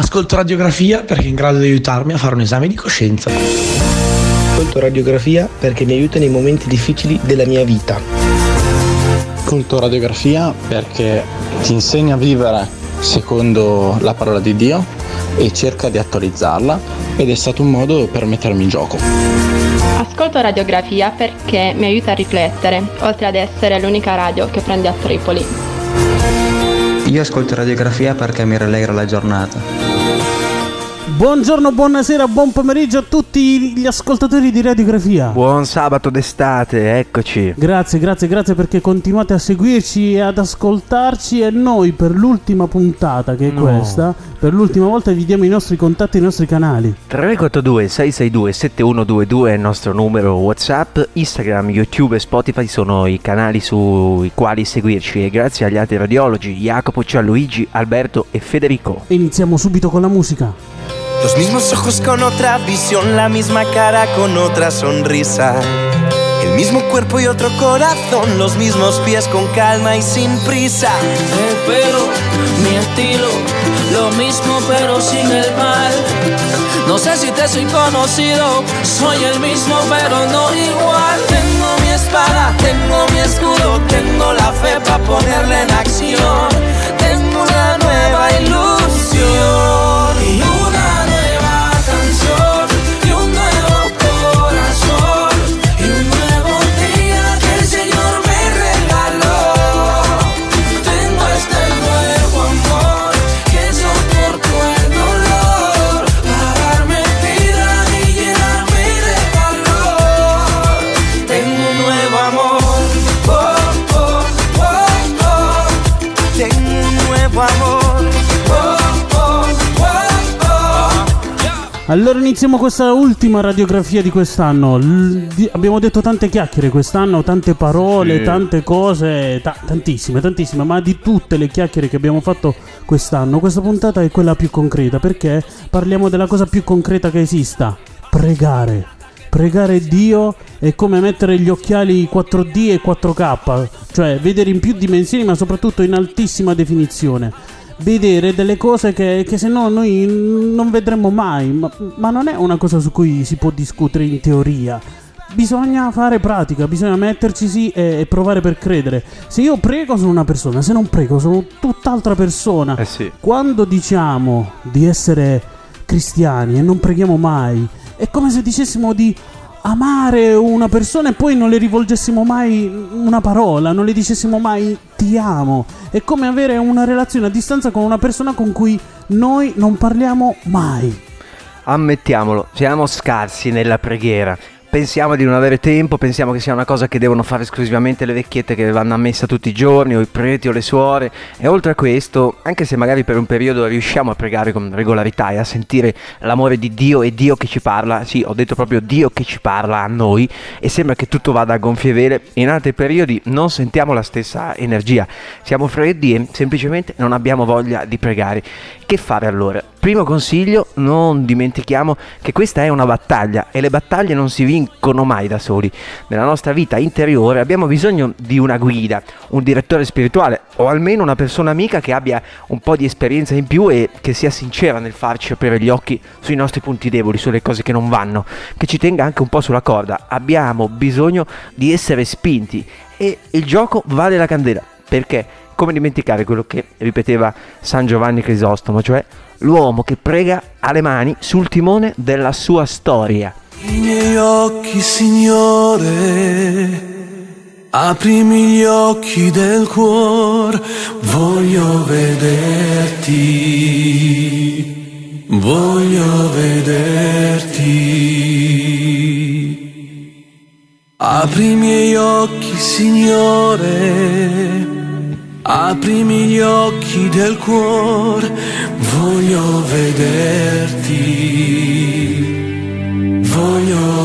Ascolto radiografia perché è in grado di aiutarmi a fare un esame di coscienza. Ascolto radiografia perché mi aiuta nei momenti difficili della mia vita. Ascolto radiografia perché ti insegna a vivere secondo la parola di Dio e cerca di attualizzarla, ed è stato un modo per mettermi in gioco. Ascolto radiografia perché mi aiuta a riflettere, oltre ad essere l'unica radio che prende a Tripoli. Io ascolto radiografia perché mi rallegra la giornata. Buongiorno, buonasera, buon pomeriggio a tutti gli ascoltatori di radiografia. Buon sabato d'estate, eccoci. Grazie perché continuate a seguirci e ad ascoltarci, e noi per l'ultima puntata, che è questa, per l'ultima volta vi diamo i nostri contatti e i nostri canali. 342 662 7122 è il nostro numero WhatsApp, Instagram, YouTube e Spotify sono i canali sui quali seguirci, e grazie agli altri radiologi Jacopo, Gianluigi, Alberto e Federico. Iniziamo subito con la musica. Los mismos ojos con otra visión, la misma cara con otra sonrisa. El mismo cuerpo y otro corazón, los mismos pies con calma y sin prisa. El pelo, mi estilo, lo mismo pero sin el mal. No sé si te soy conocido, soy el mismo pero no igual. Tengo mi espada, tengo mi escudo, tengo la fe para ponerla en acción. Tengo una nueva ilusión y una nueva canción y un nuevo corazón y un nuevo día que el Señor me regaló. Tengo este nuevo amor que soportó el dolor para darme vida y llenarme de valor. Tengo un nuevo amor, oh, oh, oh, oh. Tengo un nuevo amor. Allora iniziamo questa ultima radiografia di quest'anno. Abbiamo detto tante chiacchiere quest'anno, tante parole, sì, tante cose, tantissime, ma di tutte le chiacchiere che abbiamo fatto quest'anno, questa puntata è quella più concreta, perché parliamo della cosa più concreta che esista: pregare. Pregare Dio è come mettere gli occhiali 4D e 4K, cioè vedere in più dimensioni ma soprattutto in altissima definizione. Vedere delle cose che se no noi non vedremo mai, ma non è una cosa su cui si può discutere in teoria. Bisogna fare pratica, bisogna metterci e provare per credere. Se io prego sono una persona, se non prego sono tutt'altra persona. Sì. Quando diciamo di essere cristiani e non preghiamo mai, è come se dicessimo di amare una persona e poi non le rivolgessimo mai una parola, non le dicessimo mai ti amo. È come avere una relazione a distanza con una persona con cui noi non parliamo mai. Ammettiamolo, siamo scarsi nella preghiera. Pensiamo di non avere tempo, pensiamo che sia una cosa che devono fare esclusivamente le vecchiette che vanno a messa tutti i giorni, o i preti o le suore. E oltre a questo, anche se magari per un periodo riusciamo a pregare con regolarità e a sentire l'amore di Dio e Dio che ci parla, sì, ho detto proprio Dio che ci parla a noi, e sembra che tutto vada a gonfie vele, in altri periodi non sentiamo la stessa energia, siamo freddi e semplicemente non abbiamo voglia di pregare. Che fare allora? Primo consiglio: non dimentichiamo che questa è una battaglia e le battaglie non si vincono mai da soli. Nella nostra vita interiore abbiamo bisogno di una guida, un direttore spirituale, o almeno una persona amica che abbia un po' di esperienza in più e che sia sincera nel farci aprire gli occhi sui nostri punti deboli, sulle cose che non vanno, che ci tenga anche un po' sulla corda. Abbiamo bisogno di essere spinti, e il gioco vale la candela, perché come dimenticare quello che ripeteva San Giovanni Crisostomo, cioè l'uomo che prega ha le mani sul timone della sua storia. I miei occhi, Signore, aprimi gli occhi del cuore, voglio vederti, voglio vederti. Apri i miei occhi, Signore, aprimi gli occhi del cuore, voglio vederti, voglio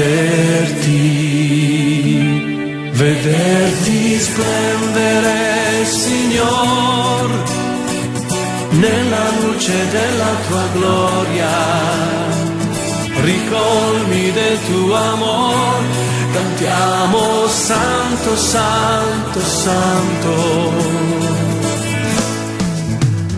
vederti, vederti splendere, Signor, nella luce della tua gloria, ricolmi del tuo amor. Cantiamo santo, santo, santo.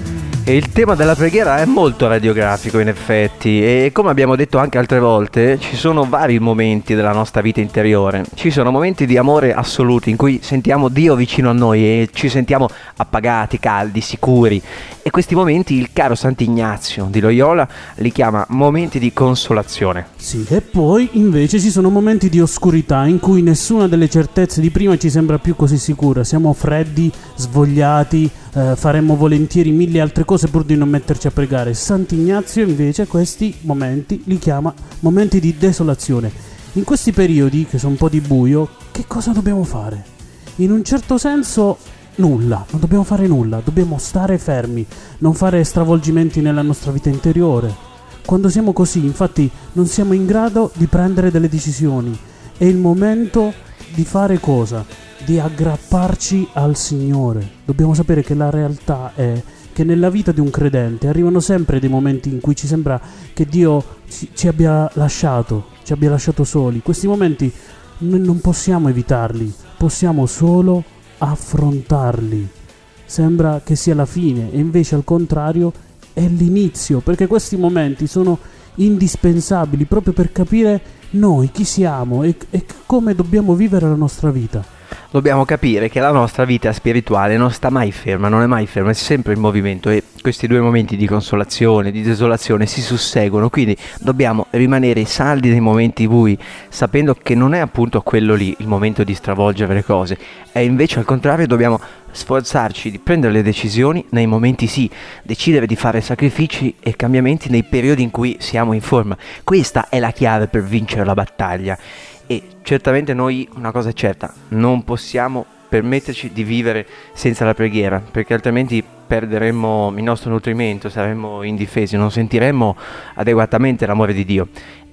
E il tema della preghiera è molto radiografico in effetti, e come abbiamo detto anche altre volte, ci sono vari momenti della nostra vita interiore. Ci sono momenti di amore assoluti in cui sentiamo Dio vicino a noi e ci sentiamo appagati, caldi, sicuri. E questi momenti il caro Sant'Ignazio di Loyola li chiama momenti di consolazione. Sì, e poi invece ci sono momenti di oscurità in cui nessuna delle certezze di prima ci sembra più così sicura. Siamo freddi, svogliati, faremmo volentieri mille altre cose pur di non metterci a pregare. Sant'Ignazio invece questi momenti li chiama momenti di desolazione. In questi periodi, che sono un po' di buio, che cosa dobbiamo fare? In un certo senso nulla, non dobbiamo fare nulla, dobbiamo stare fermi, non fare stravolgimenti nella nostra vita interiore. Quando siamo così, infatti, non siamo in grado di prendere delle decisioni. È il momento di fare cosa? Di aggrapparci al Signore. Dobbiamo sapere che la realtà è che nella vita di un credente arrivano sempre dei momenti in cui ci sembra che Dio ci abbia lasciato soli. Questi momenti noi non possiamo evitarli, possiamo solo affrontarli. Sembra che sia la fine e invece al contrario è l'inizio, perché questi momenti sono indispensabili proprio per capire noi chi siamo e come dobbiamo vivere la nostra vita. Dobbiamo capire che la nostra vita spirituale non sta mai ferma, non è mai ferma, è sempre in movimento, e questi due momenti di consolazione, di desolazione si susseguono, quindi dobbiamo rimanere saldi nei momenti bui, sapendo che non è appunto quello lì il momento di stravolgere le cose, e invece al contrario dobbiamo sforzarci di prendere le decisioni nei momenti sì, decidere di fare sacrifici e cambiamenti nei periodi in cui siamo in forma. Questa è la chiave per vincere la battaglia. E certamente noi, una cosa è certa, non possiamo permetterci di vivere senza la preghiera, perché altrimenti perderemmo il nostro nutrimento, saremmo indifesi, non sentiremmo adeguatamente l'amore di Dio.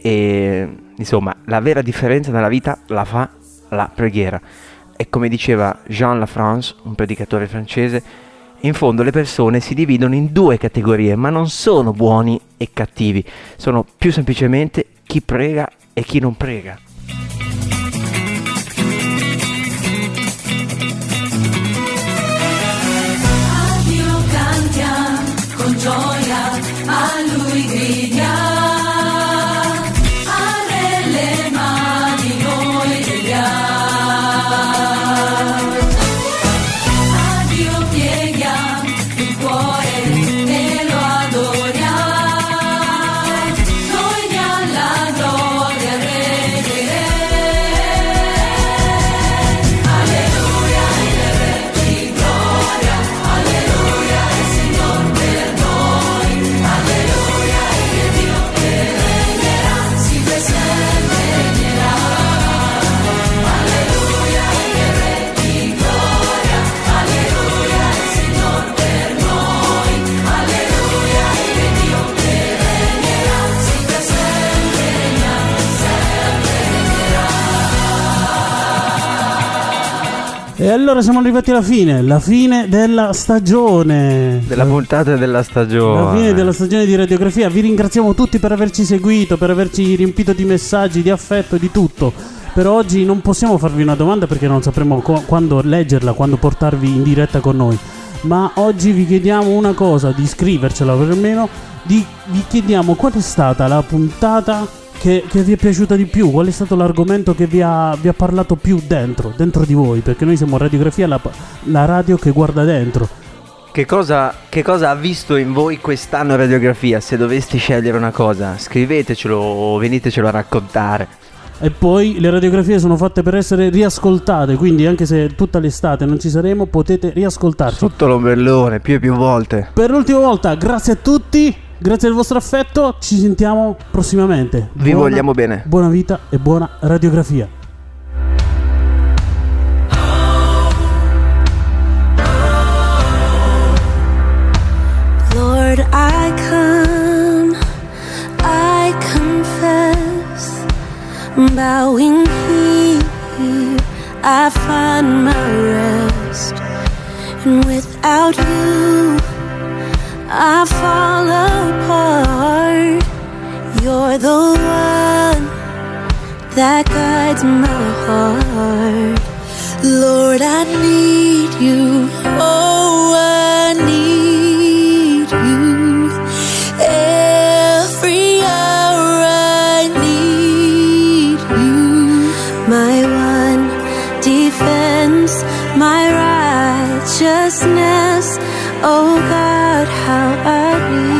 E insomma, la vera differenza nella vita la fa la preghiera. E come diceva Jean Lafrance, un predicatore francese, in fondo le persone si dividono in due categorie, ma non sono buoni e cattivi, sono più semplicemente chi prega e chi non prega. Con gioia a lui gridiamo, nelle mani noi leghiamo, a Dio pieghiamo il cuore e lo adoriamo, noi alla gloria regneremo. Alleluia, il Re di gloria, alleluia, il Signore per noi, alleluia, il Dio che regnerà, sempre sempre regnerà. Alleluia, il Re di gloria, alleluia, il Signore per noi, alleluia, il Dio che regnerà, sempre sempre regnerà, sempre regnerà. E allora siamo arrivati alla fine della stagione. Della puntata della stagione. La fine della stagione di radiografia. Vi ringraziamo tutti per averci seguito, per averci riempito di messaggi, di affetto, di tutto. Per oggi non possiamo farvi una domanda perché non sapremo quando leggerla, quando portarvi in diretta con noi. Ma oggi vi chiediamo una cosa, di scrivercela perlomeno, vi chiediamo qual è stata la puntata che vi è piaciuta di più, qual è stato l'argomento che vi ha parlato più dentro di voi, perché noi siamo Radiografia, la radio che guarda dentro. Che cosa ha visto in voi quest'anno Radiografia? Se doveste scegliere una cosa, scrivetecelo o venitecelo a raccontare. E poi le radiografie sono fatte per essere riascoltate, quindi anche se tutta l'estate non ci saremo, potete riascoltarci sotto l'ombrellone più e più volte. Per l'ultima volta, grazie a tutti, grazie del vostro affetto, ci sentiamo prossimamente. Vi vogliamo bene. Buona vita e buona radiografia. Lord, I come, I confess, bowing here, I find my rest, and without you, I fall apart. You're the one that guides my heart. Lord, I need you, oh, I need you. righteousness. Oh God, how I need